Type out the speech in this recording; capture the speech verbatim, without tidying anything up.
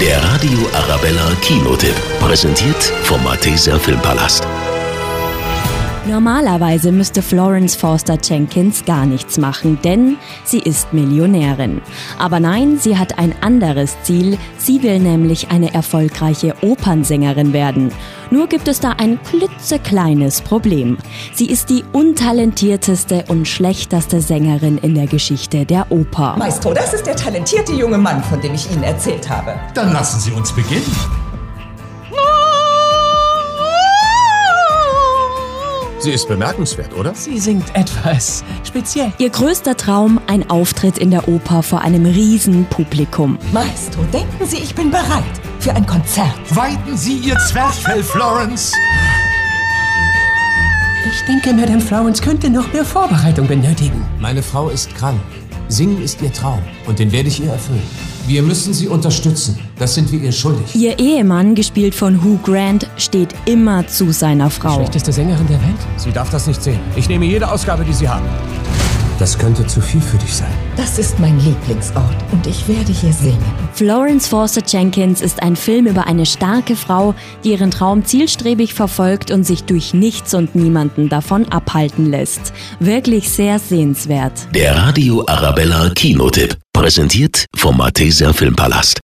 Der Radio Arabella Kinotipp, präsentiert vom Malteser Filmpalast. Normalerweise müsste Florence Foster Jenkins gar nichts machen, denn sie ist Millionärin. Aber nein, sie hat ein anderes Ziel. Sie will nämlich eine erfolgreiche Opernsängerin werden. Nur gibt es da ein klitzekleines Problem. Sie ist die untalentierteste und schlechteste Sängerin in der Geschichte der Oper. Maestro, das ist der talentierte junge Mann, von dem ich Ihnen erzählt habe. Dann lassen Sie uns beginnen. Sie ist bemerkenswert, oder? Sie singt etwas speziell. Ihr größter Traum, ein Auftritt in der Oper vor einem riesen Publikum. Maestro, denken Sie, ich bin bereit für ein Konzert? Weiten Sie Ihr Zwerchfell, Florence! Ich denke, Madame Florence könnte noch mehr Vorbereitung benötigen. Meine Frau ist krank. Singen ist ihr Traum und den werde ich ihr erfüllen. Wir müssen sie unterstützen. Das sind wir ihr schuldig. Ihr Ehemann, gespielt von Hugh Grant, steht immer zu seiner Frau. Schlechteste Sängerin der Welt? Sie darf das nicht sehen. Ich nehme jede Ausgabe, die Sie haben. Das könnte zu viel für dich sein. Das ist mein Lieblingsort und ich werde hier singen. Florence Foster Jenkins ist ein Film über eine starke Frau, die ihren Traum zielstrebig verfolgt und sich durch nichts und niemanden davon abhalten lässt. Wirklich sehr sehenswert. Der Radio Arabella Kinotipp, präsentiert vom Malteser Filmpalast.